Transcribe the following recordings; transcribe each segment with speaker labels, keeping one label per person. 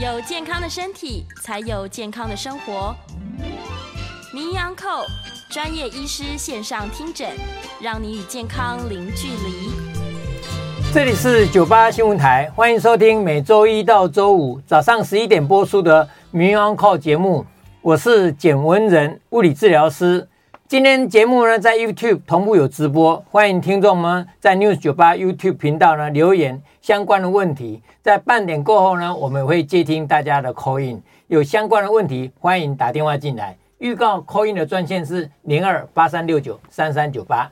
Speaker 1: 有健康的身体，才有健康的生活。名医安扣专业医师线上听诊，让你与健康零距离。
Speaker 2: 这里是98新闻台，欢迎收听每周一到周五早上11点播出的名医安扣节目。我是简文仁，物理治疗师。今天节目呢在 YouTube 同步有直播，欢迎听众们在 News 98 YouTube 频道呢留言相关的问题。在半点过后呢，我们会接听大家的 call in， 有相关的问题欢迎打电话进来。预告 call in 的专线是0283693398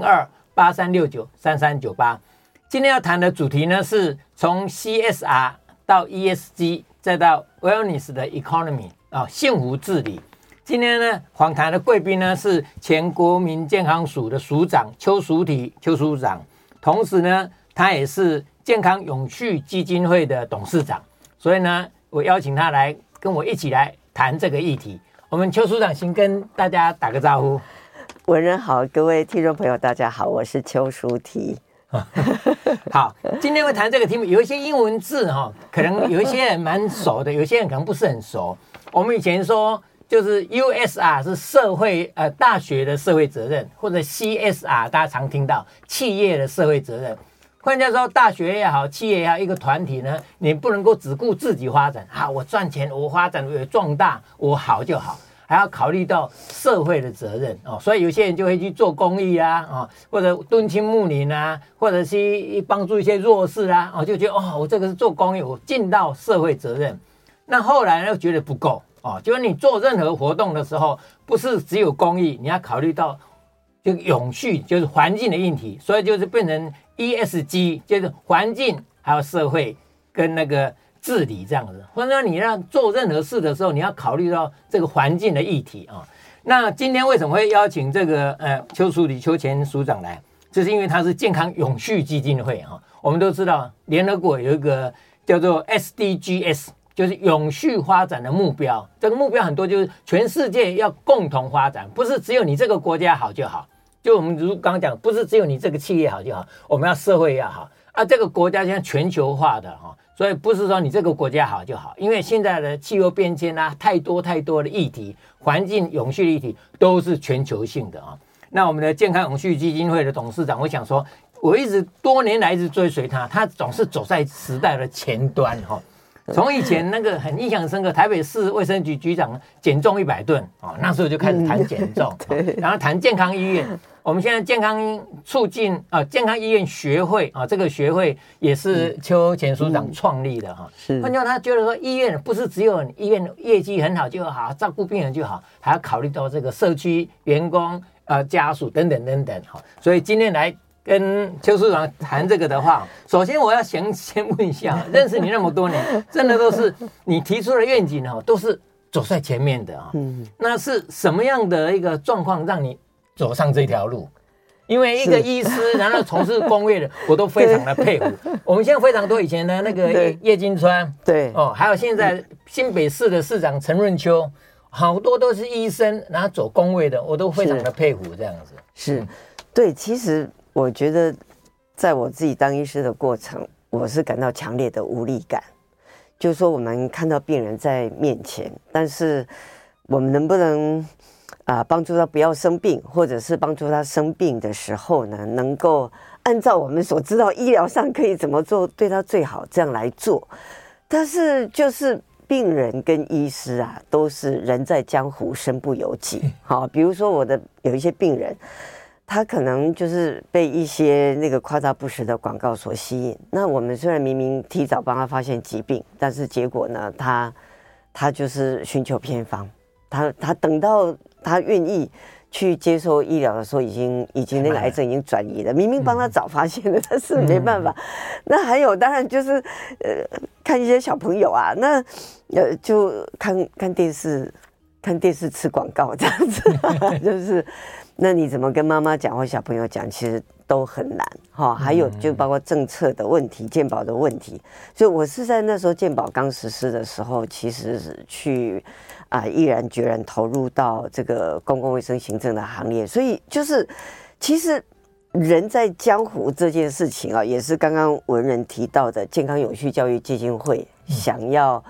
Speaker 2: 0283693398。今天要谈的主题呢是从 CSR 到 ESG 再到 Wellness 的 Economy 幸福治理。今天呢，访谈的贵宾呢是前国民健康署的署长邱淑媞邱署长，同时呢，他也是健康永续基金会的董事长，所以呢，我邀请他来跟我一起来谈这个议题。我们邱署长先跟大家打个招呼。
Speaker 3: 文人好，各位听众朋友，大家好，我是邱淑媞。
Speaker 2: 好，今天会谈这个题目，有一些英文字可能有一些人蛮熟的，有一些人可能不是很熟。我们以前说。就是 USR 是社会大学的社会责任，或者 CSR 大家常听到企业的社会责任。换句话说，大学也好，企业也好，一个团体呢，你不能够只顾自己发展我赚钱，我发展，我壮大，我好就好，还要考虑到社会的责任所以有些人就会去做公益或者敦亲睦邻或者是帮助一些弱势就觉得我这个是做公益，我尽到社会责任。那后来又觉得不够。就是你做任何活动的时候，不是只有公益，你要考虑到就永续，就是环境的议题，所以就是变成 ESG， 就是环境还有社会跟那个治理这样子。或者说你要做任何事的时候，你要考虑到这个环境的议题那今天为什么会邀请这个邱淑媞邱前署长来？就是因为他是健康永续基金会我们都知道联合国有一个叫做 SDGs。就是永续发展的目标，这个目标很多，就是全世界要共同发展，不是只有你这个国家好就好。就我们如刚刚讲，不是只有你这个企业好就好，我们要社会要好这个国家现在全球化的所以不是说你这个国家好就好，因为现在的气候变迁太多的议题，环境永续的议题都是全球性的那我们的健康永续基金会的董事长，我想说，我多年来一直追随他，他总是走在时代的前端从以前那个很印象深刻，台北市卫生局局长减重100吨那时候就开始谈减重然后谈健康医院。我们现在健康促进健康医院学会这个学会也是邱前署长创立的换句话他觉得说，医院不是只有医院业绩很好就好，照顾病人就好，还要考虑到这个社区员工家属等等所以今天来跟邱署长谈这个的话，首先我要先问一下，认识你那么多年，真的都是你提出的愿景都是走在前面的那是什么样的一个状况让你走上这条路？因为一个医师，然后从事公益的，我都非常的佩服。我们现在非常多以前的那个叶金川，
Speaker 3: 对
Speaker 2: 还有现在新北市的市长陈润秋，好多都是医生，然后走公益的，我都非常的佩服这样子。
Speaker 3: 是，对，其实。我觉得在我自己当医师的过程，我是感到强烈的无力感，就是说我们看到病人在面前，但是我们能不能帮助他不要生病，或者是帮助他生病的时候呢，能够按照我们所知道医疗上可以怎么做对他最好，这样来做。但是就是病人跟医师都是人在江湖身不由己比如说有一些病人，他可能就是被一些那个夸大不实的广告所吸引。那我们虽然明明提早帮他发现疾病，但是结果呢，他就是寻求偏方。他等到他愿意去接受医疗的时候，已经那个癌症已经转移了。明明帮他早发现了，但是没办法。那还有当然就是看一些小朋友那就看电视吃广告这样子，就是。那你怎么跟妈妈讲或小朋友讲，其实都很难还有就包括政策的问题、健保的问题。所以我是在那时候健保刚实施的时候，其实是去毅然决然投入到这个公共卫生行政的行列。所以就是其实人在江湖这件事情也是刚刚文人提到的健康永续教育基金会想要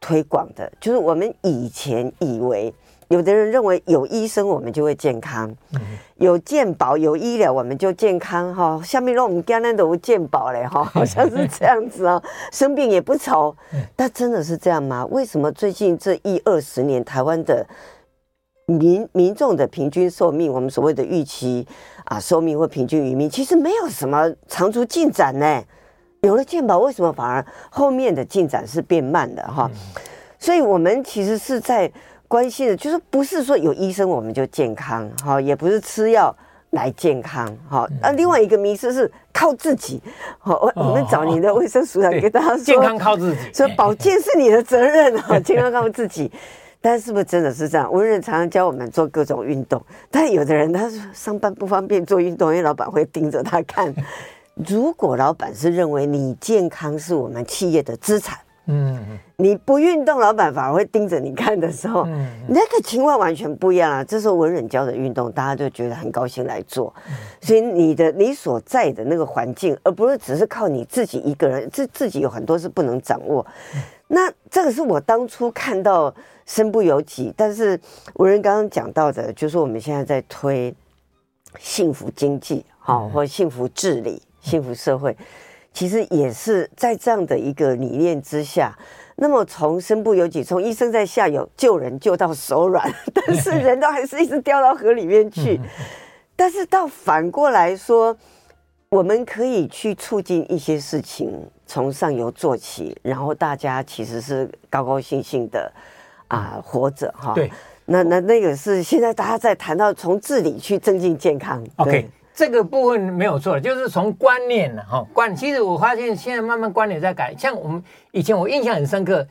Speaker 3: 推广的，就是我们以前以为，有的人认为有医生我们就会健康，有健保有医疗我们就健康哈。下面让我们刚刚都有健保嘞哈，好像是这样子哦，生病也不愁。但真的是这样吗？为什么最近这10-20年台湾的民众的平均寿命，我们所谓的预期寿命或平均余命，其实没有什么长足进展呢？有了健保，为什么反而后面的进展是变慢的哈？所以我们其实是在关心的，就是不是说有医生我们就健康哈，也不是吃药来健康哈。另外一个迷思是靠自己。我们找你的卫生署长给大家说，
Speaker 2: 健康靠自己，
Speaker 3: 说保健是你的责任哈，健康靠自己。但是不是真的是这样？文人常常教我们做各种运动，但有的人他说上班不方便做运动，因为老板会盯着他看。如果老板是认为你健康是我们企业的资产，你不运动，老板反而会盯着你看的时候，那个情况完全不一样啊。这时候文人教的运动，大家就觉得很高兴来做。所以你所在的那个环境，而不是只是靠你自己一个人，自己有很多是不能掌握。那这个是我当初看到身不由己，但是文人刚刚讲到的，就是我们现在在推幸福经济，或幸福治理。幸福社会其实也是在这样的一个理念之下，那么从身不由己，从医生在下游救人救到手软，但是人都还是一直掉到河里面去。但是到反过来说，我们可以去促进一些事情从上游做起，然后大家其实是高高兴兴的活着哈。对，那个是现在大家在谈到从治理去增进健康。
Speaker 2: OK。这个部分没有错，就是从观念其实我发现现在慢慢观念在改。像我们以前我印象很深刻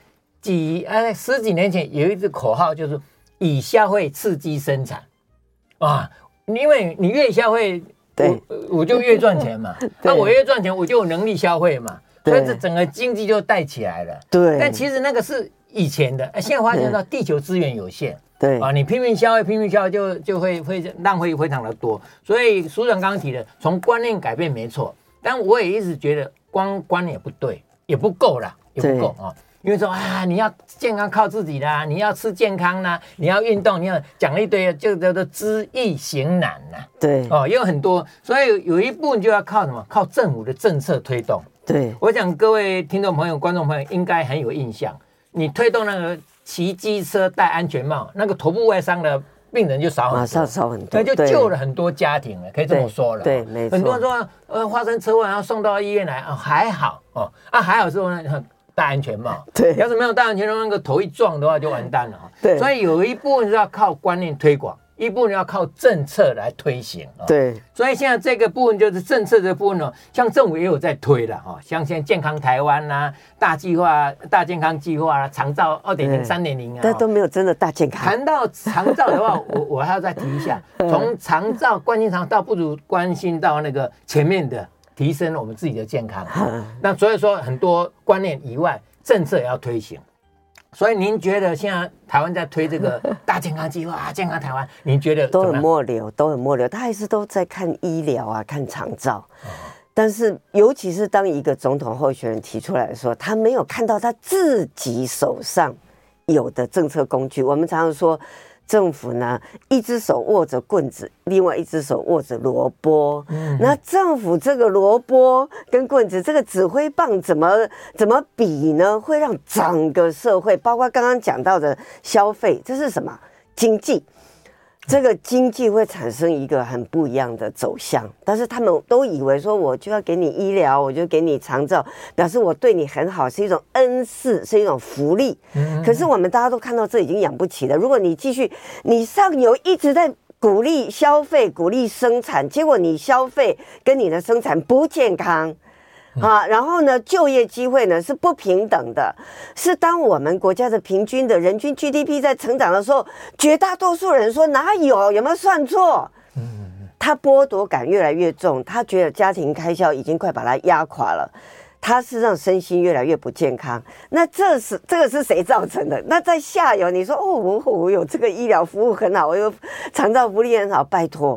Speaker 2: ，10几年前有一句口号，就是以消费刺激生产因为你越消费，我就越赚钱嘛，那我越赚钱，我就有能力消费嘛，所以这整个经济就带起来了。对，但其实那个是以前的，现在发现到地球资源有限。对你拼命消费就会浪费非常的多，所以署长刚刚提的，从观念改变没错，但我也一直觉得光观念也不对，也不够啦，也不够因为说你要健康靠自己啦，你要吃健康啦，你要运动，你要讲一堆，就叫做知易行难啦。对也有很多，所以有一部分就要靠什么？靠政府的政策推动。对，我想各位听众朋友、观众朋友应该很有印象，你推动那个骑机车戴安全帽，那个头部外伤的病人就少很多，马上少很多，那就救了很多家庭了，可以这么说了。对，没错。很多人说发生车祸然后送到医院来还好还好之后呢戴安全帽。对，要是没有戴安全帽，那个头一撞的话就完蛋了。对，所以有一部分是要靠观念推广，一部分要靠政策来推行。对，所以现在这个部分就是政策的部分呢，像政府也有在推了像现在健康台湾啦、大计划、大健康计划啦、长照2.0、3.0但都没有真的大健康。谈到长照的话，我还要再提一下，从长照关心长照，不如关心到那个前面的提升我们自己的健康。那所以说很多观念以外，政策也要推行。所以您觉得现在台湾在推这个大健康计划健康台湾，您觉得都很末流，都很末流，他还是都在看医疗看长照。但是尤其是当一个总统候选人提出来说，他没有看到他自己手上有的政策工具。我们常常说政府呢，一只手握着棍子，另外一只手握着萝卜。那政府这个萝卜跟棍子，这个指挥棒怎么比呢？会让整个社会，包括刚刚讲到的消费，这是什么？经济。这个经济会产生一个很不一样的走向，但是他们都以为说，我就要给你医疗，我就给你长照，表示我对你很好，是一种恩赐，是一种福利。可是我们大家都看到这已经养不起了。如果你继续，你上游一直在鼓励消费、鼓励生产，结果你消费跟你的生产不健康。然后呢，就业机会呢是不平等的，是当我们国家的平均的人均 GDP 在成长的时候，绝大多数人说哪有没有算错？他剥夺感越来越重，他觉得家庭开销已经快把他压垮了，他是让身心越来越不健康。那这个是谁造成的？那在下游，你说我有这个医疗服务很好，我有长照福利很好，拜托。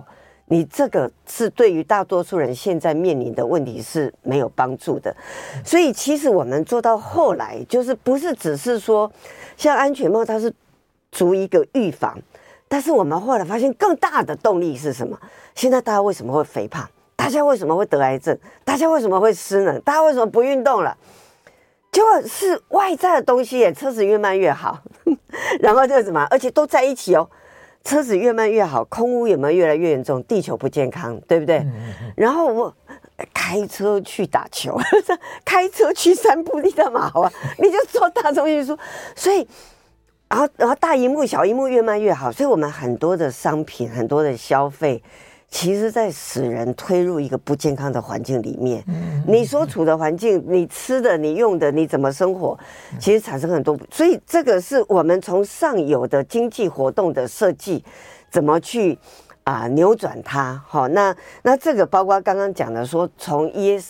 Speaker 3: 你这个是对于大多数人现在面临的问题是没有帮助的。所以其实我们做到后来，就是不是只是说像安全帽它是逐一个预防，但是我们后来发现更大的动力是什么？现在大家为什么会肥胖？大家为什么会得癌症？大家为什么会失能？大家为什么不运动了？结果是外在的东西耶，车子越慢越好，然后就是什么，而且都在一起哦。车子越慢越好，空污有没有越来越严重？地球不健康，对不对？然后我开车去打球，开车去散步，你干嘛啊？你就坐大众运输，所以，然后大萤幕、小萤幕越慢越好，所以我们很多的商品、很多的消费，其实在使人推入一个不健康的环境里面。你所处的环境，你吃的、你用的、你怎么生活，其实产生很多。所以这个是我们从上游的经济活动的设计，怎么去扭转它。好，那这个包括刚刚讲的说，从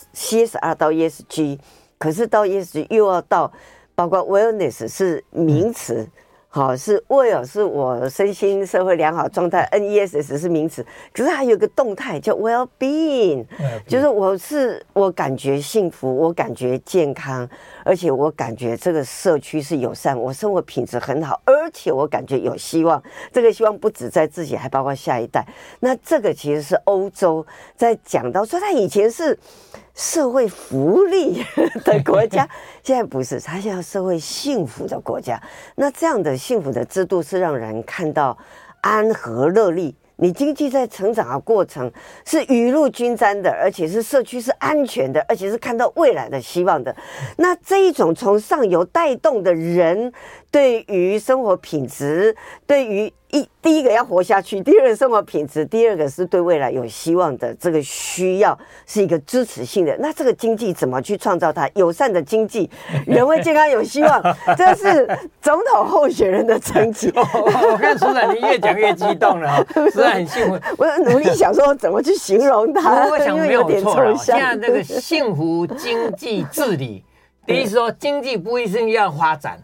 Speaker 3: CSR 到 ESG， 可是到 ESG 又要到包括 wellness 是名词。好，是 well 是我身心社会良好状态 ，NESS 是名词，可是还有一个动态叫 well-being， 就是我感觉幸福，我感觉健康，而且我感觉这个社区是友善，我生活品质很好，而且我感觉有希望。这个希望不止在自己，还包括下一代。那这个其实是欧洲在讲到说，他以前是社会福利的国家，现在不是，他现在社会幸福的国家。那这样的幸福的制度是让人看到安和乐利，你经济在成长的过程是雨露均沾的，而且是社区是安全的，而且是看到未来的希望的。那这一种从上游带动的人对于生活品质，对于第一个要活下去，第二个生活品质，第二个是对未来有希望的这个需要，是一个支持性的。那这个经济怎么去创造它？友善的经济，人会健康有希望，这是总统候选人的成绩。
Speaker 2: 我看署长你越讲越激动了哈，实在很幸福。
Speaker 3: 我努力想说怎么去形容它，
Speaker 2: 我想没
Speaker 3: 有点
Speaker 2: 错了。
Speaker 3: 抽象。
Speaker 2: 现在这个幸福经济治理。第一说，经济不一定要发展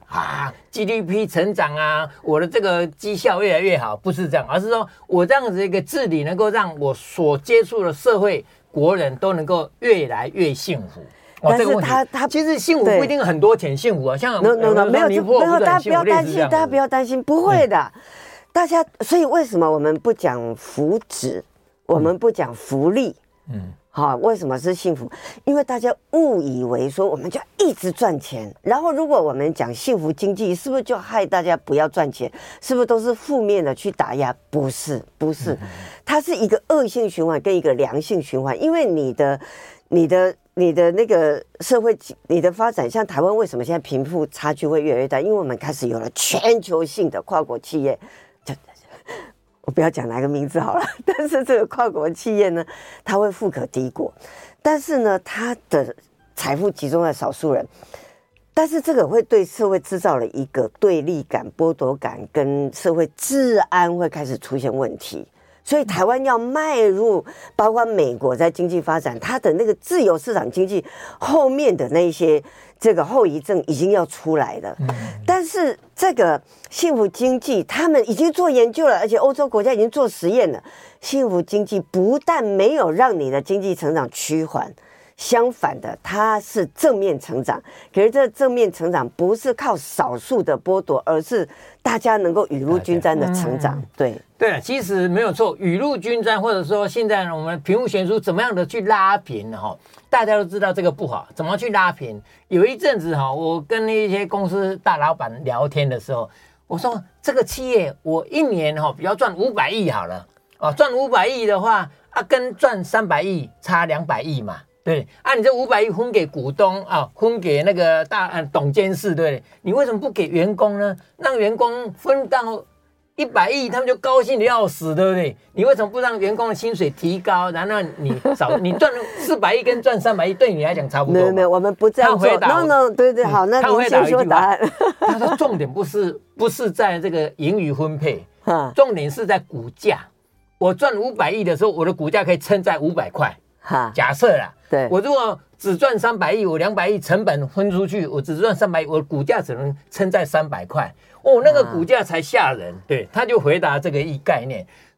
Speaker 2: GDP 成长啊，我的这个绩效越来越好，不是这样，而是说我这样子一个治理，能够让我所接触的社会国人都能够越来越幸福。
Speaker 3: 但是
Speaker 2: 这个问题
Speaker 3: 他
Speaker 2: 其实幸福不一定很多钱幸福啊，像
Speaker 3: 没有
Speaker 2: 尼泊尔
Speaker 3: 大家不要担心，大家不要担心，不会的。大家，所以为什么我们不讲福祉，我们不讲福利？好，为什么是幸福？因为大家误以为说我们就一直赚钱，然后如果我们讲幸福经济，是不是就害大家不要赚钱？是不是都是负面的去打压？不是，它是一个恶性循环跟一个良性循环。因为你的那个社会，你的发展，像台湾为什么现在贫富差距会越来越大？因为我们开始有了全球性的跨国企业。我不要讲哪个名字好了，但是这个跨国企业呢，它会富可敌国，但是呢，它的财富集中在少数人，但是这个会对社会制造了一个对立感、剥夺感，跟社会治安会开始出现问题。所以台湾要迈入，包括美国在经济发展，它的那个自由市场经济后面的那些这个后遗症已经要出来了。但是这个幸福经济，他们已经做研究了，而且欧洲国家已经做实验了。幸福经济不但没有让你的经济成长趋缓，相反的，它是正面成长。可是这正面成长不是靠少数的剥夺，而是大家能够雨露均沾的成长。对
Speaker 2: 了，其实没有错，雨露均沾，或者说现在我们贫富悬殊怎么样的去拉平哈，大家都知道这个不好，怎么去拉平？有一阵子哈，我跟那些公司大老板聊天的时候，我说这个企业我一年哈，比如赚500亿好了，赚500亿的话跟赚300亿差200亿嘛。对，你这500亿分给股东分给那个董监事，对，你为什么不给员工呢？让员工分到100亿，他们就高兴的要死，对不对？你为什么不让员工的薪水提高？然后你赚400亿跟赚300亿，对你来讲差不多。
Speaker 3: 没有，我们不这样做。No， 对，好，那您先说答案。
Speaker 2: 他说重点不是在这个盈余分配，重点是在股价。我赚500亿的时候，我的股价可以撑在500块。假设啦，
Speaker 3: 对，
Speaker 2: 我如果只赚300亿，我200亿成本分出去，我只赚300亿，我的股价只能撑在300块，那个股价才吓人。对，他就回答这个概念。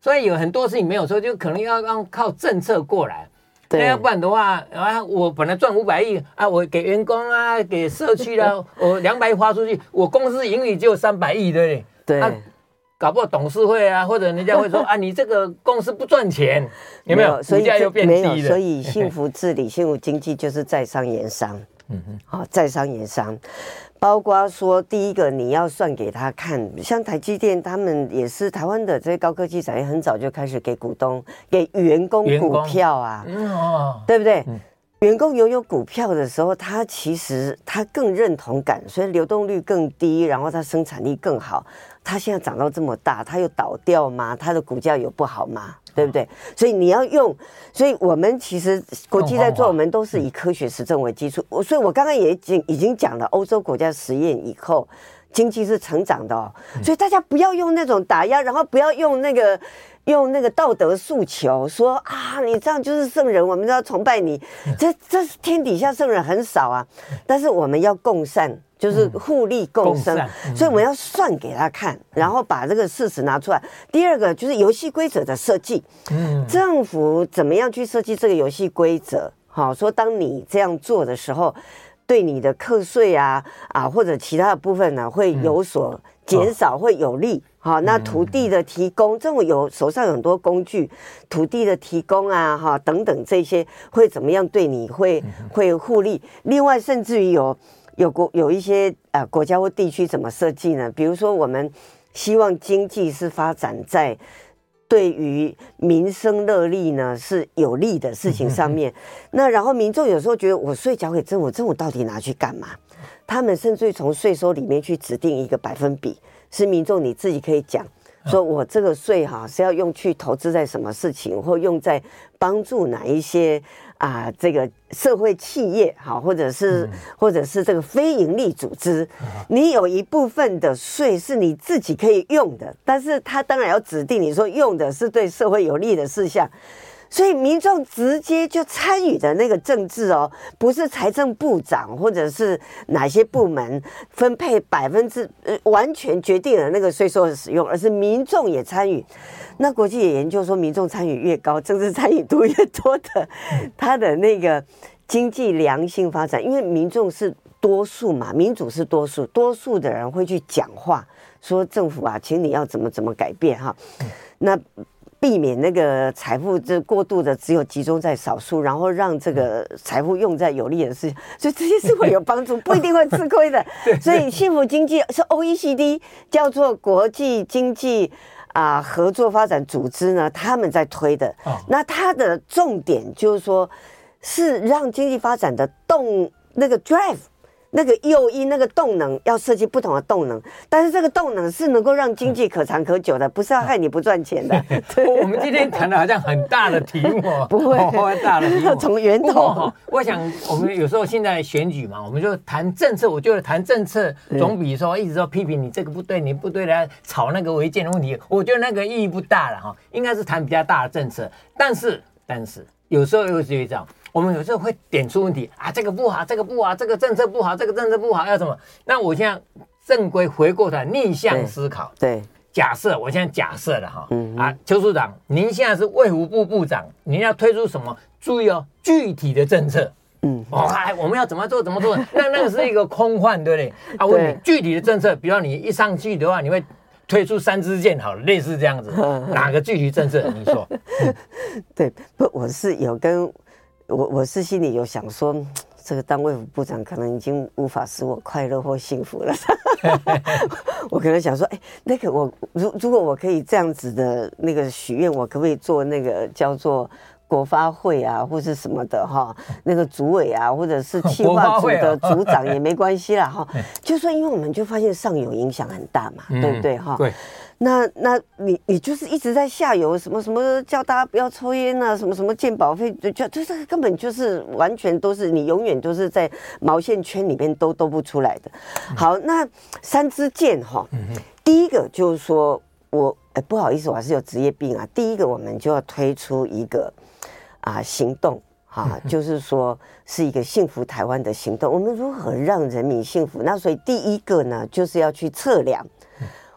Speaker 2: 所以有很多事情没有说，就可能要靠政策过来。那要不然的话我本来赚500亿啊，我给员工啊，给社区啦，我200亿花出去，我公司盈余只有300亿，对不对？
Speaker 3: 对。
Speaker 2: 啊，搞不好董事会啊，或者人家会说啊，你这个公司不赚钱，有没有？股价又变低了。
Speaker 3: 没有，所以幸福治理、幸福经济就是在商言商。好，在商言商。包括说，第一个你要算给他看，像台积电他们也是台湾的这些高科技产业，很早就开始给股东、给员工股票啊，对不对？员工拥有股票的时候，他其实他更认同感，所以流动率更低，然后他生产力更好。他现在长到这么大，他有倒掉吗？他的股价有不好吗？对不对？所以你要用，所以我们其实国际在做，我们都是以科学实证为基础。所以我刚刚也已经讲了，欧洲国家实验以后，经济是成长的哦。所以大家不要用那种打压，然后不要用那个道德诉求，说啊，你这样就是圣人，我们都要崇拜你。这天底下圣人很少啊，但是我们要共善。就是互利共生，所以我们要算给他看，然后把这个事实拿出来。第二个就是游戏规则的设计，政府怎么样去设计这个游戏规则？好，说当你这样做的时候，对你的课税啊或者其他的部分呢，会有所减少，会有利。好，那土地的提供，政府手上有很多工具，土地的提供啊等等这些会怎么样对你会互利？另外，甚至于有一些国家或地区怎么设计呢？比如说，我们希望经济是发展在对于民生乐利呢是有利的事情上面。那然后民众有时候觉得我税缴给政府，政府到底拿去干嘛？他们甚至从税收里面去指定一个百分比，是民众你自己可以讲。说我这个税是要用去投资在什么事情，或用在帮助哪一些这个社会企业或者是这个非营利组织，你有一部分的税是你自己可以用的，但是他当然要指定你说用的是对社会有利的事项。所以民众直接就参与的那个政治不是财政部长或者是哪些部门分配完全决定了那个税收的使用，而是民众也参与。那国际也研究说，民众参与越高，政治参与度越多的，他的那个经济良性发展，因为民众是多数嘛，民主是多数，多数的人会去讲话，说政府请你要怎么改变那避免那个财富过度的只有集中在少数，然后让这个财富用在有利的事情，所以这些是会有帮助，不一定会吃亏的。所以幸福经济是 OECD 叫做国际经济合作发展组织呢，他们在推的。那它的重点就是说，是让经济发展的那个 drive。那个诱因，那个动能要设计不同的动能，但是这个动能是能够让经济可长可久的，不是要害你不赚钱的。
Speaker 2: 我们今天谈的好像很大的题目，
Speaker 3: 不会
Speaker 2: 大的题目，
Speaker 3: 从源头。
Speaker 2: 我想我们有时候现在选举嘛，我们就谈政策，我觉得谈政策总比说一直说批评你这个不对，你不对来吵那个违建的问题，我觉得那个意义不大了应该是谈比较大的政策，但是有时候又是这样。我们有时候会点出问题这个不好，这个不好，这个政策不好，这个政策不好，要什么？那我现在正规回过头来逆向思考。
Speaker 3: 对，
Speaker 2: 假设我现在假设了邱处长，您现在是卫福部部长，您要推出什么？注意具体的政策。我们要怎么做？那个是一个空幻，对不对？我问你，具体的政策，比如你一上去的话，你会推出3支箭，好了，类似这样子，哪个具体政策？你说？
Speaker 3: 对，不，我是有跟。我是心里有想说，这个当卫福部长可能已经无法使我快乐或幸福了。我可能想说，那个如果我可以这样子的那个许愿，我可不可以做那个叫做国发会或是什么的那个主委或者是企划组的组长也没关系啦就说因为我们就发现上游影响很大嘛，对不对
Speaker 2: 对。
Speaker 3: 那你就是一直在下游什么叫大家不要抽烟什么健保费，就这个根本就是完全都是你永远都是在毛线圈里面都不出来的。好，那3支箭第一个就是说不好意思，我还是有职业病第一个我们就要推出一个行动就是说是一个幸福台湾的行动，我们如何让人民幸福？那所以第一个呢，就是要去测量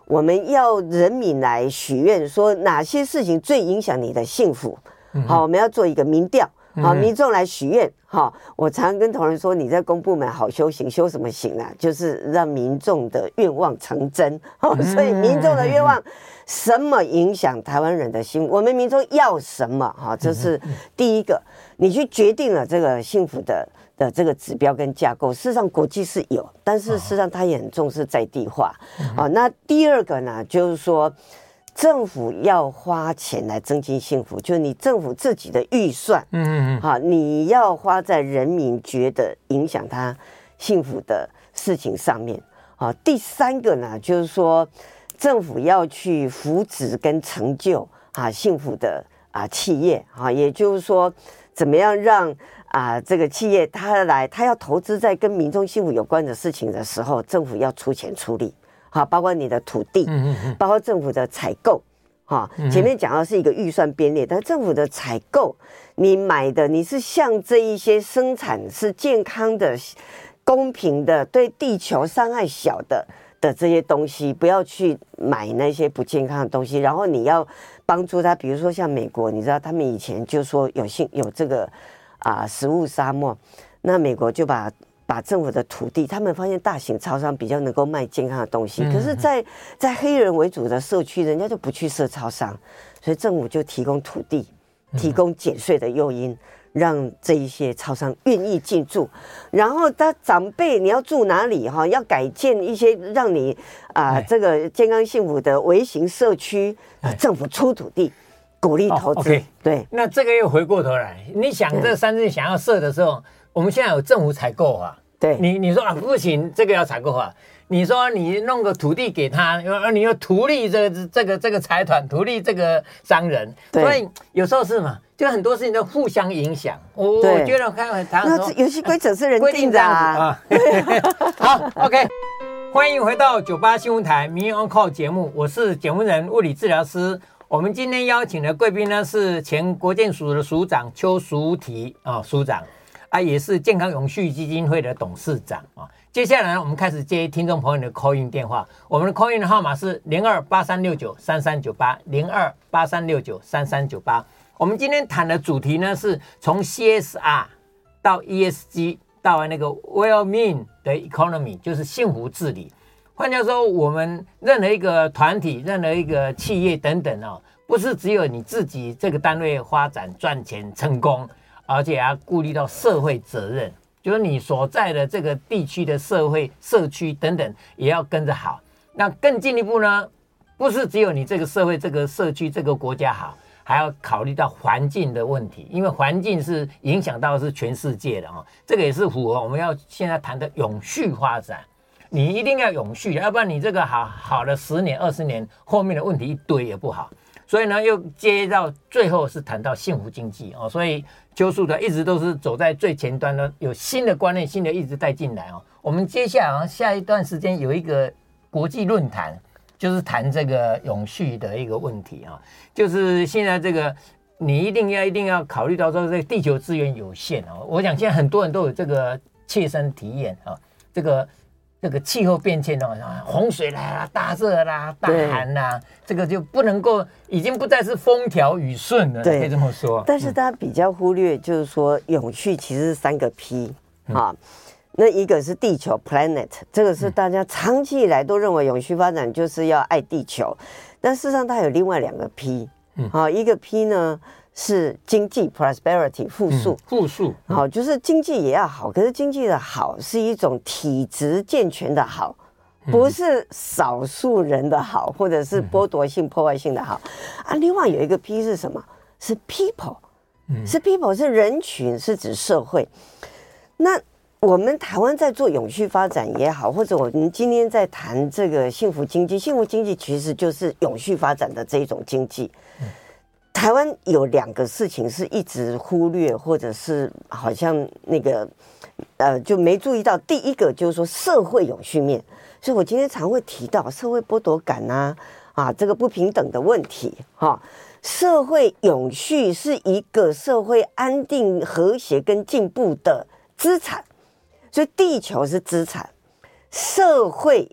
Speaker 3: 我们要人民来许愿，说哪些事情最影响你的幸福。好，我们要做一个民调，好，民众来许愿。好，我常跟同仁说，你在公部门好修行，修什么行啊？就是让民众的愿望成真。好，所以民众的愿望，什么影响台湾人的心？我们民众要什么？哈，这是第一个，你去决定了这个幸福的这个指标跟架构。事实上，国际是有，但是事实上它也很重视在地化。好，那第二个呢，就是说，政府要花钱来增进幸福，就是你政府自己的预算，好，你要花在人民觉得影响他幸福的事情上面。好，第三个呢，就是说政府要去扶植跟成就幸福的企业，也就是说怎么样让这个企业他要投资在跟民众幸福有关的事情的时候，政府要出钱出力。好，包括你的土地，包括政府的采购，前面讲到是一个预算编列，但政府的采购，你买的你是像这一些生产是健康的、公平的、对地球伤害小的这些东西，不要去买那些不健康的东西。然后你要帮助他，比如说像美国，你知道他们以前就说有这个食物沙漠，那美国就把政府的土地，他们发现大型超商比较能够卖健康的东西，可是在黑人为主的社区，人家就不去设超商，所以政府就提供土地，提供减税的诱因，让这一些超商愿意进驻。然后他长辈你要住哪里要改建一些让你这个健康幸福的微型社区，政府出土地鼓励投资。对，
Speaker 2: 那这个又回过头来，你想这三地想要设的时候，我们现在有政府采购法，
Speaker 3: 对，
Speaker 2: 你说不行，这个要采购法。你说你弄个土地给他，你又图利这个财团，图利这个商人，所以有时候是嘛，就很多事情都互相影响。我觉得
Speaker 3: 那游戏规则是人定的
Speaker 2: 好 ，OK， 欢迎回到98新闻台民意 On Call 节目，我是节目人物理治疗师。我们今天邀请的贵宾呢是前国健署的署长邱淑媞署长。也是健康永续基金会的董事长接下来呢，我们开始接听众朋友的 call in 电话。我们的 call in 的号码是0283693398，0283693398。我们今天谈的主题呢，是从 CSR 到 ESG 到那个 well-being 的 economy， 就是幸福治理。换句话说，我们任何一个团体、任何一个企业等等不是只有你自己这个单位发展赚钱成功，而且还要顾虑到社会责任，就是你所在的这个地区的社会社区等等也要跟着好。那更进一步呢，不是只有你这个社会这个社区这个国家好，还要考虑到环境的问题，因为环境是影响到是全世界的这个也是符合我们要现在谈的永续发展。你一定要永续，要不然你这个好的10年20年后面的问题一堆也不好。所以呢，又接到最后是谈到幸福经济所以邱署的一直都是走在最前端的，有新的观念，新的一直带进来我们接下来下一段时间有一个国际论坛，就是谈这个永续的一个问题就是现在这个你一定要考虑到说这个地球资源有限我想现在很多人都有这个切身体验这个气候变迁洪水来啦，大热啦，大寒啦，这个就不能够，已经不再是风调雨顺了，可以这么说。
Speaker 3: 但是大家比较忽略，就是说永续其实是3个 P 那一个是地球 planet， 这个是大家长期以来都认为永续发展就是要爱地球，但事实上它有另外2个 P，一个 P 呢是经济 prosperity 富庶，好，就是经济也要好，可是经济的好是一种体质健全的好，不是少数人的好，或者是剥夺性破坏性的好另外有一个 P 是什么？是 people，是 people， 是人群，是指社会。那我们台湾在做永续发展也好，或者我们今天在谈这个幸福经济，幸福经济其实就是永续发展的这一种经济。台湾有2个事情是一直忽略，或者是好像那个就没注意到。第一个就是说社会永续面，所以我今天常会提到社会剥夺感这个不平等的问题社会永续是一个社会安定、和谐跟进步的资产，所以地球是资产，社会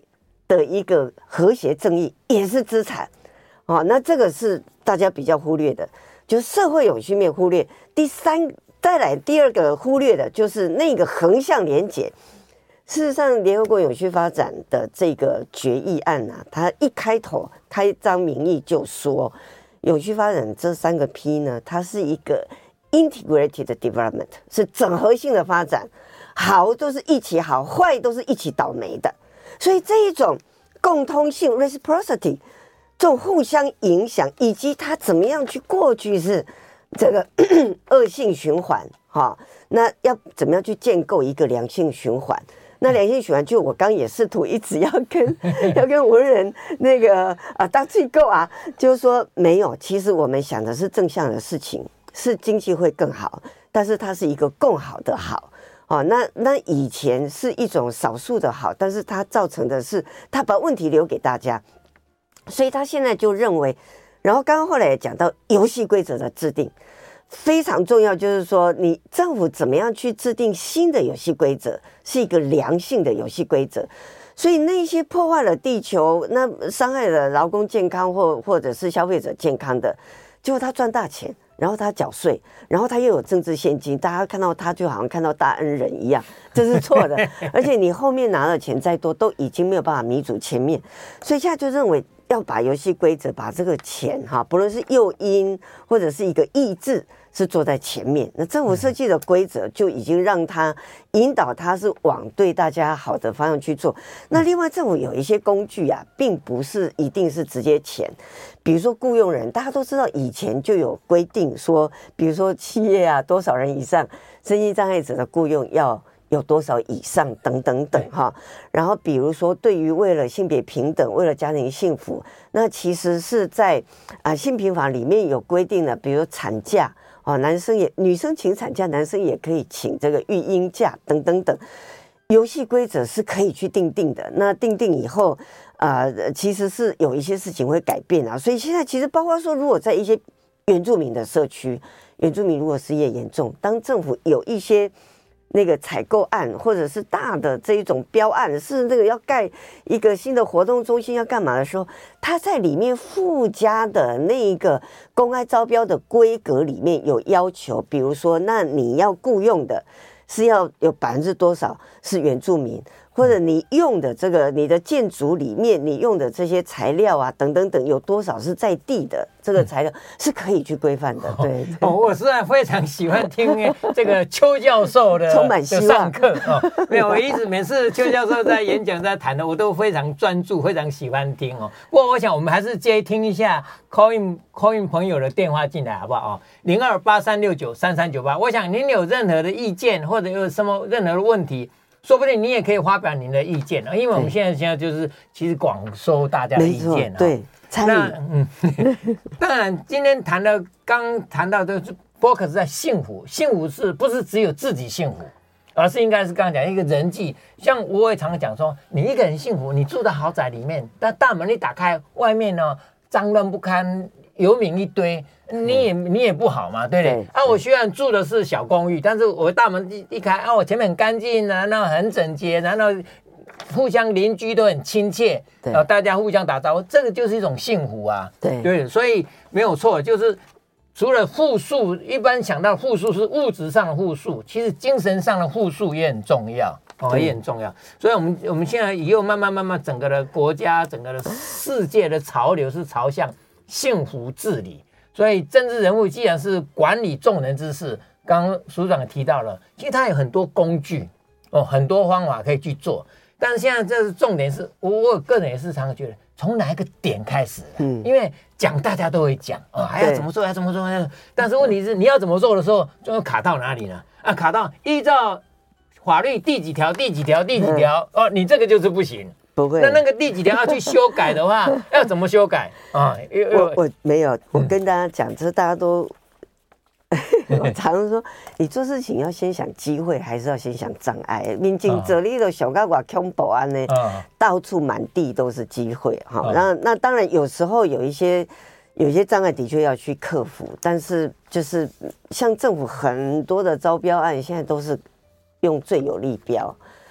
Speaker 3: 的一个和谐正义也是资产。那这个是大家比较忽略的，就是社会永续面忽略。再来第二个忽略的就是那个横向连结。事实上，联合国永续发展的这个决议案啊，它一开头开张名义就说，永续发展这3个 P 呢，它是一个 integrated development， 是整合性的发展，好都是一起好，坏都是一起倒霉的。所以这一种共通性 reciprocity， 这种互相影响，以及它怎么样去过去是这个恶性循环，那要怎么样去建构一个良性循环？那良性循环，就我刚也试图一直要跟文人那个当机构啊，就是说没有，其实我们想的是正向的事情，是经济会更好，但是它是一个共好的好。那以前是一种少数的好，但是它造成的是它把问题留给大家，所以他现在就认为，然后刚刚后来也讲到游戏规则的制定非常重要，就是说你政府怎么样去制定新的游戏规则，是一个良性的游戏规则。所以那些破坏了地球、那伤害了劳工健康或者是消费者健康的，结果他赚大钱，然后他缴税，然后他又有政治现金，大家看到他就好像看到大恩人一样，这是错的。而且你后面拿的钱再多，都已经没有办法弥补前面，所以现在就认为要把游戏规则，把这个钱不论是诱因或者是一个抑制，是坐在前面。那政府设计的规则就已经让他引导他是往对大家好的方向去做。那另外政府有一些工具啊，并不是一定是直接钱，比如说雇佣人，大家都知道以前就有规定说，比如说企业啊多少人以上身心障碍者的雇佣要有多少以上等等等然后比如说对于为了性别平等，为了家庭幸福，那其实是在性平法里面有规定的，比如说产假男生女生请产假，男生也可以请这个育婴假等等等，游戏规则是可以去定的。那定以后其实是有一些事情会改变所以现在其实包括说，如果在一些原住民的社区，原住民如果失业严重，当政府有一些那个采购案或者是大的这一种标案，是那个要盖一个新的活动中心要干嘛的时候，它在里面附加的那一个公开招标的规格里面有要求，比如说那你要雇用的是要有多少是原住民，或者你用的这个你的建筑里面你用的这些材料啊等等等有多少是在地的这个材料是可以去规范的。对
Speaker 2: 我实在非常喜欢听这个邱教授的
Speaker 3: 充满希望
Speaker 2: 上课没有，我一直每次邱教授在演讲在谈的，我都非常专注，非常喜欢听不过我想我们还是接听一下 call in 朋友的电话进来好不好0283693398。我想您有任何的意见或者有什么任何的问题，说不定你也可以发表您的意见因为我们现在就是其实广收大家的意见
Speaker 3: 对，参与
Speaker 2: 当然今天刚谈到的 focus 在幸福是不是只有自己幸福，而是应该是刚刚讲一个人际。像我也常常讲说，你一个人幸福，你住的豪宅里面，但大门一打开，外面呢脏乱不堪，游民一堆，你也不好嘛，对不对？我虽然住的是小公寓，但是我大门一开我前面很干净，然后很整洁，然后互相邻居都很亲切，大家互相打招呼，这个就是一种幸福啊。对，所以没有错，就是除了富庶，一般想到富庶是物质上的富庶，其实精神上的富庶也很重要也很重要。所以我们现在以后慢慢整个的国家，整个的世界的潮流是朝向幸福治理。所以政治人物既然是管理众人之事，刚刚署长也提到了，其实他有很多工具很多方法可以去做。但是现在这是重点是，我个人也是常常觉得从哪一个点开始因为讲大家都会讲还要怎么做，要怎么做，但是问题是你要怎么做的时候，就会卡到哪里呢？卡到依照法律第几条你这个就是不行。
Speaker 3: 不会，
Speaker 2: 那个第几条要去修改的话，要怎么修改
Speaker 3: 我没有，我跟大家讲，这大家都我常常说，你做事情要先想机会，还是要先想障碍？民警这里的小高寡恐怖案呢，到处满地都是机会那当然有时候有一些障碍的确要去克服，但是就是像政府很多的招标案，现在都是用最有利标。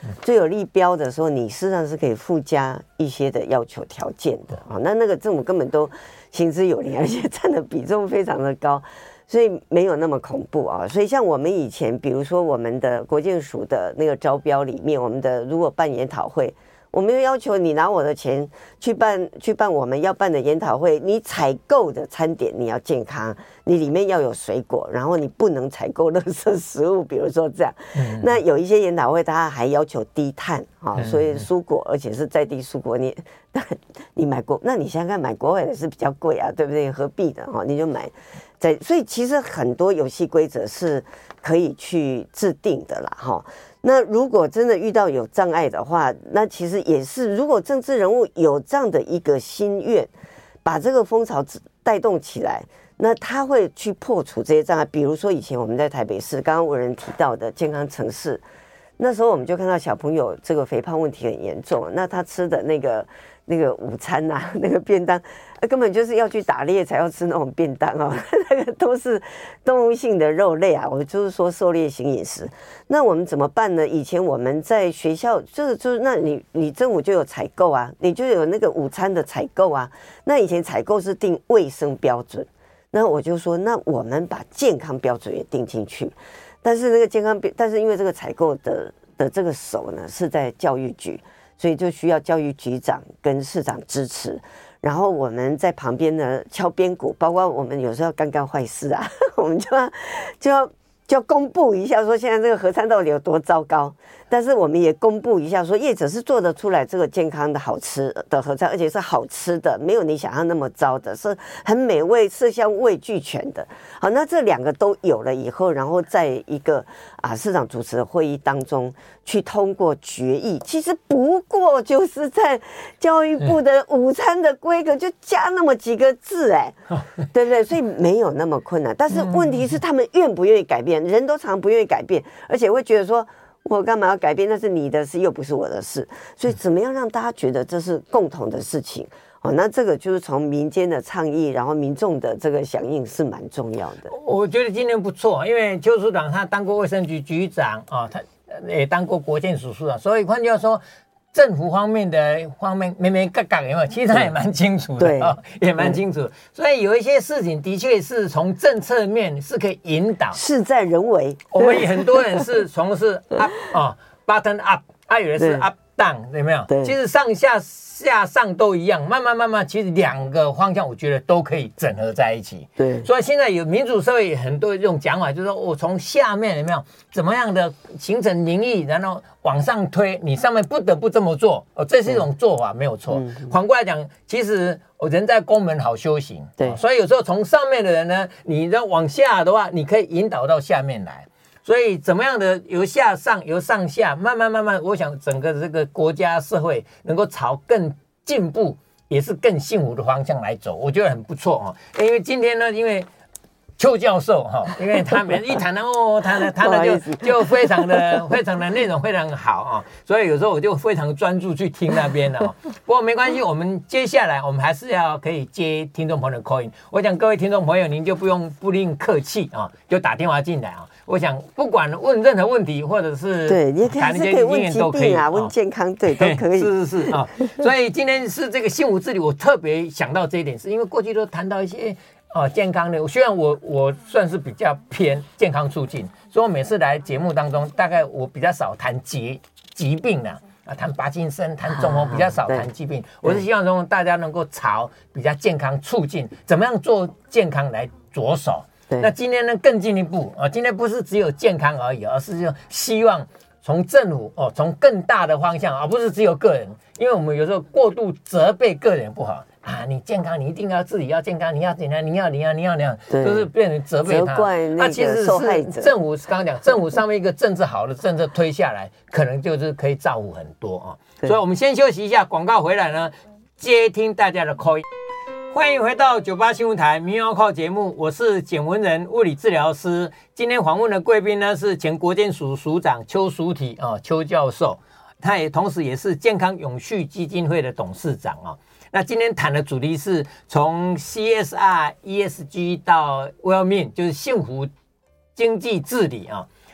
Speaker 3: 最有利标的时候，你事实上是可以附加一些的要求条件的啊。那个政府根本都行之有年，而且占的比重非常的高，所以没有那么恐怖啊。所以像我们以前，比如说我们的国建署的那个招标里面，我们的如果办研讨会，我们要求你拿我的钱去办我们要办的研讨会，你采购的餐点你要健康，你里面要有水果，然后你不能采购垃圾食物，比如说这样。那有一些研讨会它还要求低碳啊，所以蔬果而且是在地蔬果，你买国，那你想想看买国外的是比较贵啊，对不对？何必的哈？你就买所以其实很多游戏规则是可以去制定的啦哈。那如果真的遇到有障碍的话，那其实也是，如果政治人物有这样的一个心愿，把这个风潮带动起来，那他会去破除这些障碍。比如说以前我们在台北市，刚刚有人提到的健康城市，那时候我们就看到小朋友这个肥胖问题很严重，那他吃的那个午餐啊，那个便当，根本就是要去打猎才要吃那种便当哦，那个都是动物性的肉类啊，我就是说狩猎型饮食。那我们怎么办呢？以前我们在学校就是那你政府就有采购啊，你就有那个午餐的采购啊。那以前采购是定卫生标准，那我就说，那我们把健康标准也定进去。但是那个健康，但是因为这个采购的这个手呢是在教育局。所以就需要教育局长跟市长支持，然后我们在旁边呢敲边鼓，包括我们有时候要干坏事啊，我们就要公布一下说现在这个合餐到底有多糟糕，但是我们也公布一下说业者是做得出来这个健康的好吃的合餐，而且是好吃的，没有你想象那么糟的，是很美味色香味俱全的。好，那这两个都有了以后，然后在一个市长主持的会议当中去通过决议，其实不过就是在教育部的午餐的规格就加那么几个字对不对？所以没有那么困难，但是问题是他们愿不愿意改变，人都常不愿意改变，而且会觉得说我干嘛要改变，那是你的事又不是我的事，所以怎么样让大家觉得这是共同的事情，那这个就是从民间的倡议，然后民众的这个响应是蛮重要的。
Speaker 2: 我觉得今天不错，因为邱署长他当过卫生局局长他也当过国健署署长，所以换句话说，政府方面没嘎嘎有没有？其实他也蛮清楚的，也蛮清楚。所以有一些事情的确是从政策面是可以引导，
Speaker 3: 事在人为。
Speaker 2: 我们很多人是从事 up button up， 有的是 up down， 有没有？其实上下上都一样，慢慢，其实两个方向我觉得都可以整合在一起。
Speaker 3: 对，
Speaker 2: 所以现在有民主社会很多这种讲法，就是说我从下面有没有怎么样的形成民意，然后往上推，你上面不得不这么做，这是一种做法，没有错。反过来讲，其实人在宫门好修行，对，所以有时候从上面的人呢，你要往下的话，你可以引导到下面来。所以怎么样的由下上由上下慢慢，我想整个这个国家社会能够朝更进步也是更幸福的方向来走，我觉得很不错因为今天呢，因为邱教授因为他们一谈他呢就非常的内容非常好所以有时候我就非常专注去听那边不过没关系，我们接下来我们还是要可以接听众朋友的 call in。我想各位听众朋友，您就不吝客气就打电话进来我想不管问任何问题，或者是
Speaker 3: 对，你还是可以问疾病问健康，对，都可以。
Speaker 2: 是所以今天是这个幸福治理，我特别想到这一点，是因为过去都谈到一些健康的，虽然我算是比较偏健康促进，所以我每次来节目当中，大概我比较少谈疾病谈帕金森、谈中风，比较少谈疾病。我是希望说大家能够朝比较健康促进，怎么样做健康来着手。那今天呢更进一步今天不是只有健康而已，而是就希望从政府从更大的方向，而不是只有个人，因为我们有时候过度责备个人不好你健康，你一定要自己要健康，你要怎样，你要，就是变成责备他，
Speaker 3: 怪那个受害者。
Speaker 2: 政府刚刚讲，政府上面一个政治好的政策推下来，可能就是可以造福很多所以我们先休息一下，广告回来呢，接听大家的 call。欢迎回到98新闻台民谣靠节目，我是简文仁物理治疗师。今天访问的贵宾呢是前国健署署长邱淑媞邱教授，他也同时也是健康永续基金会的董事长那今天谈的主题是从 CSR、ESG 到 Well-being， 就是幸福经济治理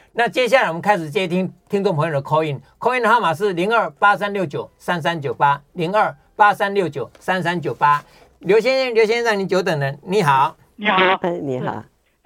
Speaker 2: 那接下来我们开始接听众朋友的 call in，call in 的号码是0283693398，0283693398。刘先生，你久等了，你好。
Speaker 4: 你好，
Speaker 3: 你好。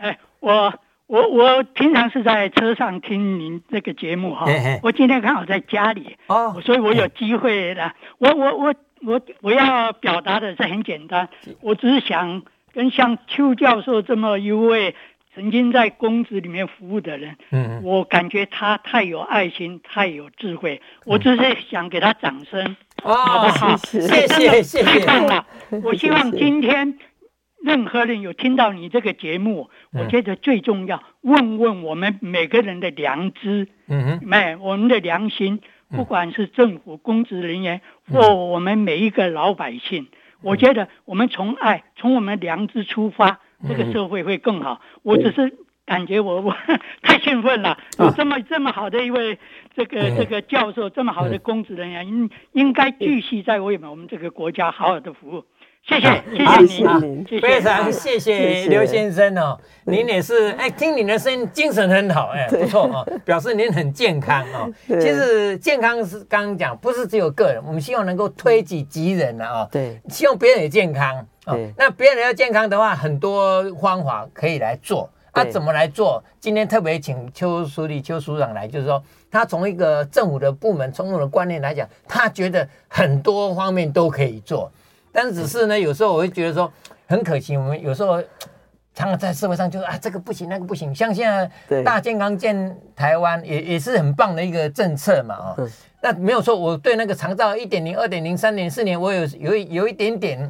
Speaker 4: 我平常是在车上听您这个节目哈，我今天刚好在家里哦，所以我有机会了。我要表达的是很简单，我只是想跟像邱教授这么一位曾经在公职里面服务的人，我感觉他太有爱心，太有智慧，我只是想给他掌声。好不好？谢谢。太棒了！我希望今天任何人有听到你这个节目，我觉得最重要，问问我们每个人的良知，我们的良心，不管是政府公职人员或我们每一个老百姓，我觉得我们从爱，从我们良知出发，这个社会会更好。我只是感觉我太兴奋了，有这么好的一位这个教授，这么好的公职人员，应该继续在为我们这个国家好好的服务。谢谢您，
Speaker 2: 非常谢谢刘先生哦，您也是听你的声音精神很好不错哦，表示您很健康哦。其实健康是刚刚讲，不是只有个人，我们希望能够推己及人哦，对，希望别人也健康哦。那别人要健康的话，很多方法可以来做。怎么来做？今天特别请邱署长来，就是说他从一个政府的部门、从我的观念来讲，他觉得很多方面都可以做。但是只是呢，有时候我会觉得说很可惜，我们有时候常常在社会上就是这个不行那个不行，像现在大健康健台湾也是很棒的一个政策嘛那没有错，我对那个长照 1.0、2.0、3.0、4年，我有一点点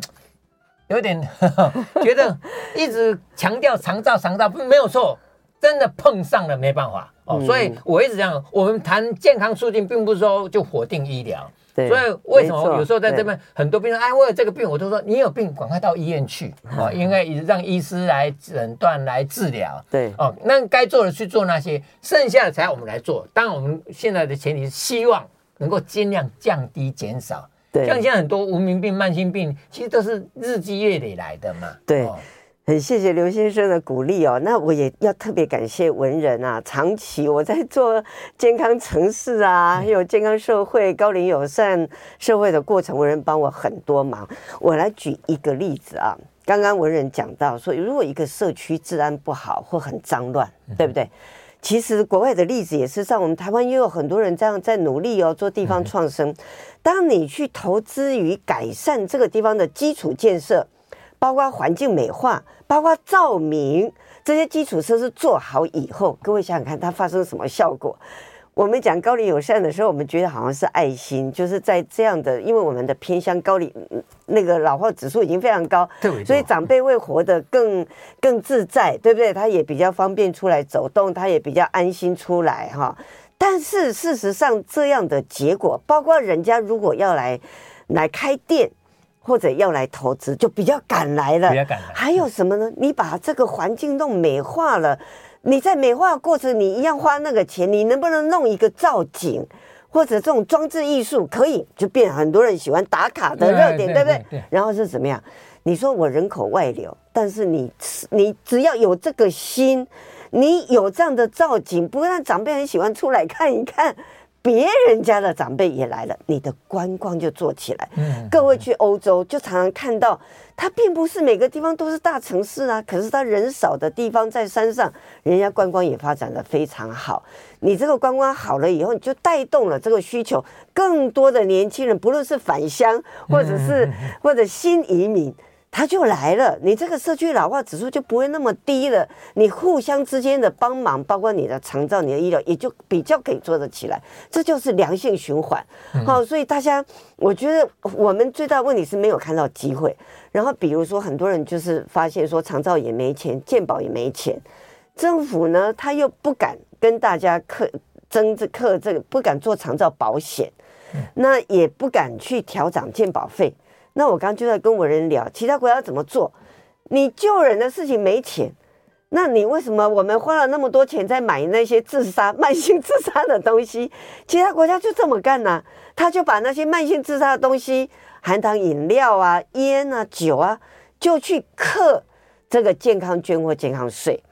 Speaker 2: 觉得一直强调长照没有错，真的碰上了没办法所以我一直讲，我们谈健康促进，并不是说就否定医疗。所以为什么有时候在这边很多病人我有这个病，我都说你有病赶快到医院去应该让医师来诊断来治疗。那该做的去做那些，剩下的才我们来做。当然我们现在的前提是希望能够尽量降低减少。像现在很多无名病、慢性病，其实都是日积月累来的嘛。
Speaker 3: 对。很谢谢刘先生的鼓励哦，那我也要特别感谢文人啊，长期我在做健康城市啊，还有健康社会、高龄友善社会的过程，文人帮我很多忙。我来举一个例子啊，刚刚文人讲到说，如果一个社区治安不好或很脏乱，对不对？其实国外的例子也是，像我们台湾也有很多人这样在努力做地方创生。当你去投资于改善这个地方的基础建设，包括环境美化，包括照明，这些基础设施做好以后，各位想想看它发生什么效果。我们讲高龄友善的时候，我们觉得好像是爱心，就是在这样的，因为我们的偏乡高龄那个老化指数已经非常高，所以长辈会活得更自在，对不对？他也比较方便出来走动，他也比较安心出来但是事实上这样的结果，包括人家如果要来开店或者要来投资，就比较赶来了。还有什么呢？你把这个环境弄美化了，你在美化的过程，你一样花那个钱，你能不能弄一个造景，或者这种装置艺术，可以就变很多人喜欢打卡的热点，对不对？然后是怎么样？你说我人口外流，但是你只要有这个心，你有这样的造景，不让长辈很喜欢出来看一看。别人家的长辈也来了，你的观光就做起来。各位去欧洲就常常看到，它并不是每个地方都是大城市啊，可是它人少的地方在山上，人家观光也发展得非常好。你这个观光好了以后，你就带动了这个需求，更多的年轻人，不论是返乡或者新移民。他就来了，你这个社区老化指数就不会那么低了。你互相之间的帮忙，包括你的长照、你的医疗，也就比较可以做得起来。这就是良性循环。所以大家，我觉得我们最大的问题是没有看到机会。然后比如说，很多人就是发现说，长照也没钱，健保也没钱，政府呢他又不敢跟大家克这个，不敢做长照保险，那也不敢去调涨健保费。那我刚刚就在跟文人聊，其他国家怎么做？你救人的事情没钱，那你为什么我们花了那么多钱在买那些慢性自杀的东西？其他国家就这么干啊，他就把那些慢性自杀的东西，含糖饮料啊、烟啊、酒啊，就去课这个健康捐或健康税。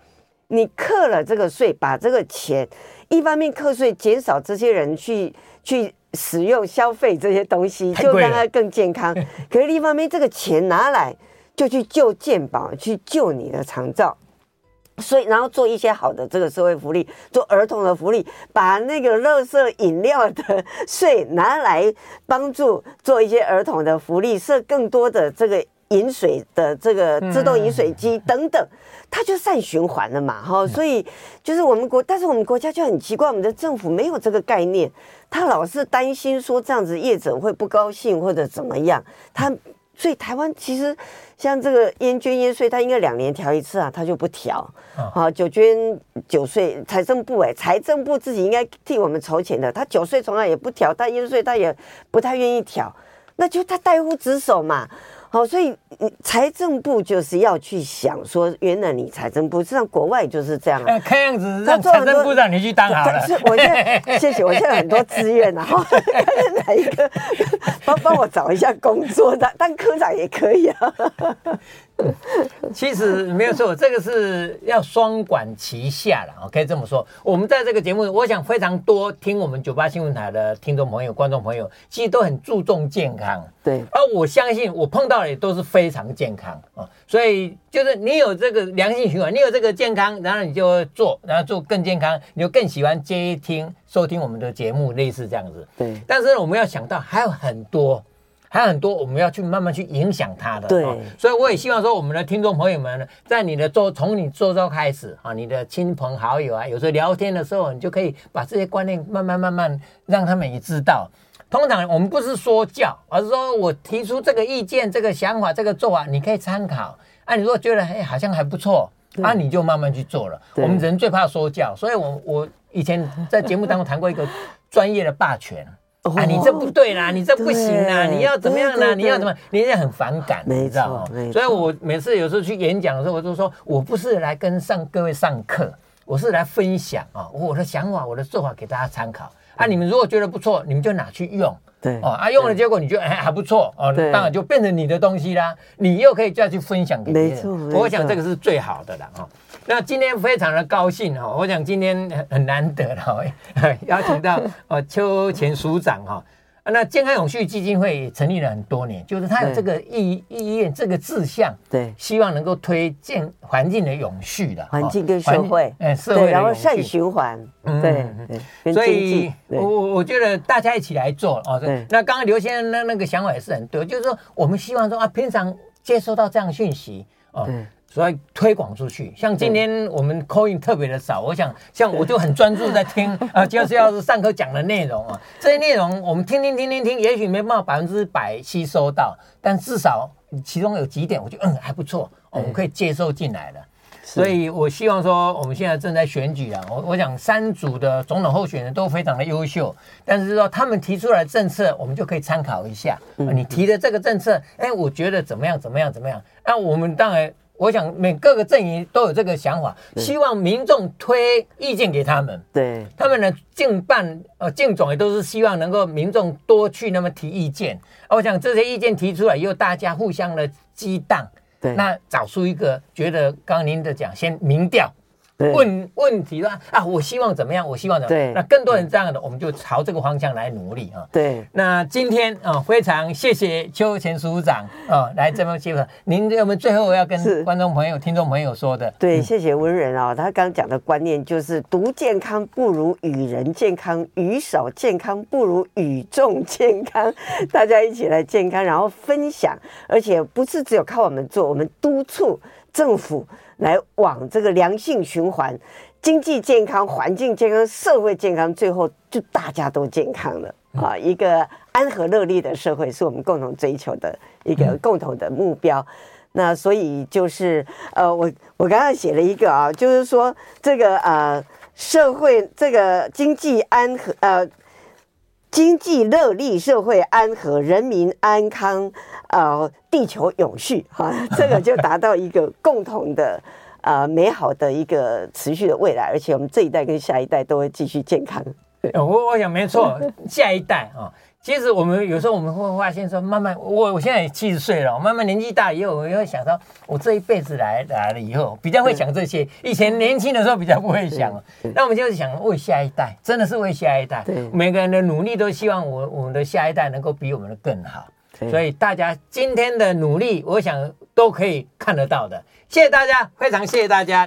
Speaker 3: 你课了这个税，把这个钱一方面课税，减少这些人去使用消费这些东西，就让它更健康。可是另一方面，这个钱拿来就去救健保，去救你的长照。所以，然后做一些好的这个社会福利，做儿童的福利，把那个垃圾饮料的税拿来帮助做一些儿童的福利，设更多的这个饮水的这个自动饮水机等等，它就善循环了嘛，哈。所以就是但是我们国家就很奇怪，我们的政府没有这个概念，他老是担心说这样子业者会不高兴或者怎么样，所以台湾其实像这个烟捐烟税，它应该2年调一次啊，它就不调。酒捐酒税，财政部自己应该替我们筹钱的，他酒税从来也不调，但烟税他也不太愿意调，那就他怠忽职守嘛。好，所以财政部就是要去想说，原来你财政部，实际上国外就是这样啊。
Speaker 2: 看样子让财政部让你去当好了。
Speaker 3: 我现在谢谢，我现在很多资源啊，看哪一个帮我找一下工作的，当科长也可以啊。
Speaker 2: 其实没有错，这个是要双管齐下了，可以这么说。我们在这个节目，我想非常多听我们98新闻台的听众朋友、观众朋友，其实都很注重健康。
Speaker 3: 对，
Speaker 2: 而我相信我碰到的也都是非常健康啊，所以就是你有这个良性循环，你有这个健康，然后你就做，然后做更健康，你就更喜欢收听我们的节目，类似这样子。
Speaker 3: 对，
Speaker 2: 但是我们要想到还有很多我们要去慢慢去影响它的。
Speaker 3: 对，
Speaker 2: 所以我也希望说，我们的听众朋友们呢，在你的从你周遭开始啊，你的亲朋好友啊，有时候聊天的时候，你就可以把这些观念慢慢让他们也知道。通常我们不是说教，而是说我提出这个意见、这个想法、这个做法，你可以参考。啊，你如果觉得好像还不错，啊，你就慢慢去做了。我们人最怕说教，所以我以前在节目当中谈过一个专业的霸权。啊，你这不对啦，你这不行啦，你要怎么样啦？你要怎么？你也很反感，你知道吗？所以我每次有时候去演讲的时候，我就说我不是来跟各位上课，我是来分享啊，我的想法、我的做法给大家参考。啊，你们如果觉得不错，你们就拿去用。
Speaker 3: 对
Speaker 2: 哦，啊，用了结果你觉得还不错哦，当然就变成你的东西啦，你又可以再去分享给别人。没错，我想这个是最好的啦哈。那今天非常的高兴哈，我想今天很难得了，邀请到邱前署长哈。那健康永续基金会成立了很多年，就是他有这个意愿、这个志向，
Speaker 3: 对，
Speaker 2: 希望能够推荐环境的永续的
Speaker 3: 环境跟社会，
Speaker 2: 社会
Speaker 3: 然后善循环，对，
Speaker 2: 所以我觉得大家一起来做哦。那刚刚刘先生那个想法也是很对，就是说我们希望说啊，平常接收到这样讯息哦。所以推广出去，像今天我们 call in 特别的少，我想像我就很专注在听就是要是上课讲的内容啊，这些内容我们听，也许没办法100%吸收到，但至少其中有几点我觉得还不错，我们可以接受进来了。所以我希望说，我们现在正在选举啊，我想3组的总统候选人都非常的优秀，但是说他们提出来的政策，我们就可以参考一下。你提的这个政策，我觉得怎么样？那我们当然。我想各个阵营都有这个想法，希望民众推意见给他们。对，他们的竞总也都是希望能够民众多去那么提意见。我想这些意见提出来以后，大家互相的激荡，对，那找出一个觉得刚刚您的讲，先民调。问题啊，我希望怎么样？对，那更多人这样的，我们就朝这个方向来努力啊。对，那今天非常谢谢邱前署长来这么接受。您有没有最后要跟观众朋友、听众朋友说的？
Speaker 3: 对，谢谢文人他刚讲的观念就是独健康不如与人健康，与少健康不如与众健康。大家一起来健康，然后分享，而且不是只有靠我们做，我们督促政府来往这个良性循环，经济健康、环境健康、社会健康，最后就大家都健康了啊！一个安和乐利的社会是我们共同追求的一个共同的目标。那所以就是我刚刚写了一个就是说这个社会这个经济安和经济乐利，社会安和，人民安康，地球永续这个就达到一个共同的美好的一个持续的未来，而且我们这一代跟下一代都会继续健康。
Speaker 2: 我想没错，下一代其实我们有时候我们会发现说，慢慢我现在也70岁了，慢慢年纪大以后，我也会想到我这一辈子来了以后，比较会想这些。以前年轻的时候比较不会想，那我们就是想为下一代，真的是为下一代。每个人的努力都希望我们的下一代能够比我们的更好。所以大家今天的努力，我想都可以看得到的。谢谢大家，非常谢谢大家。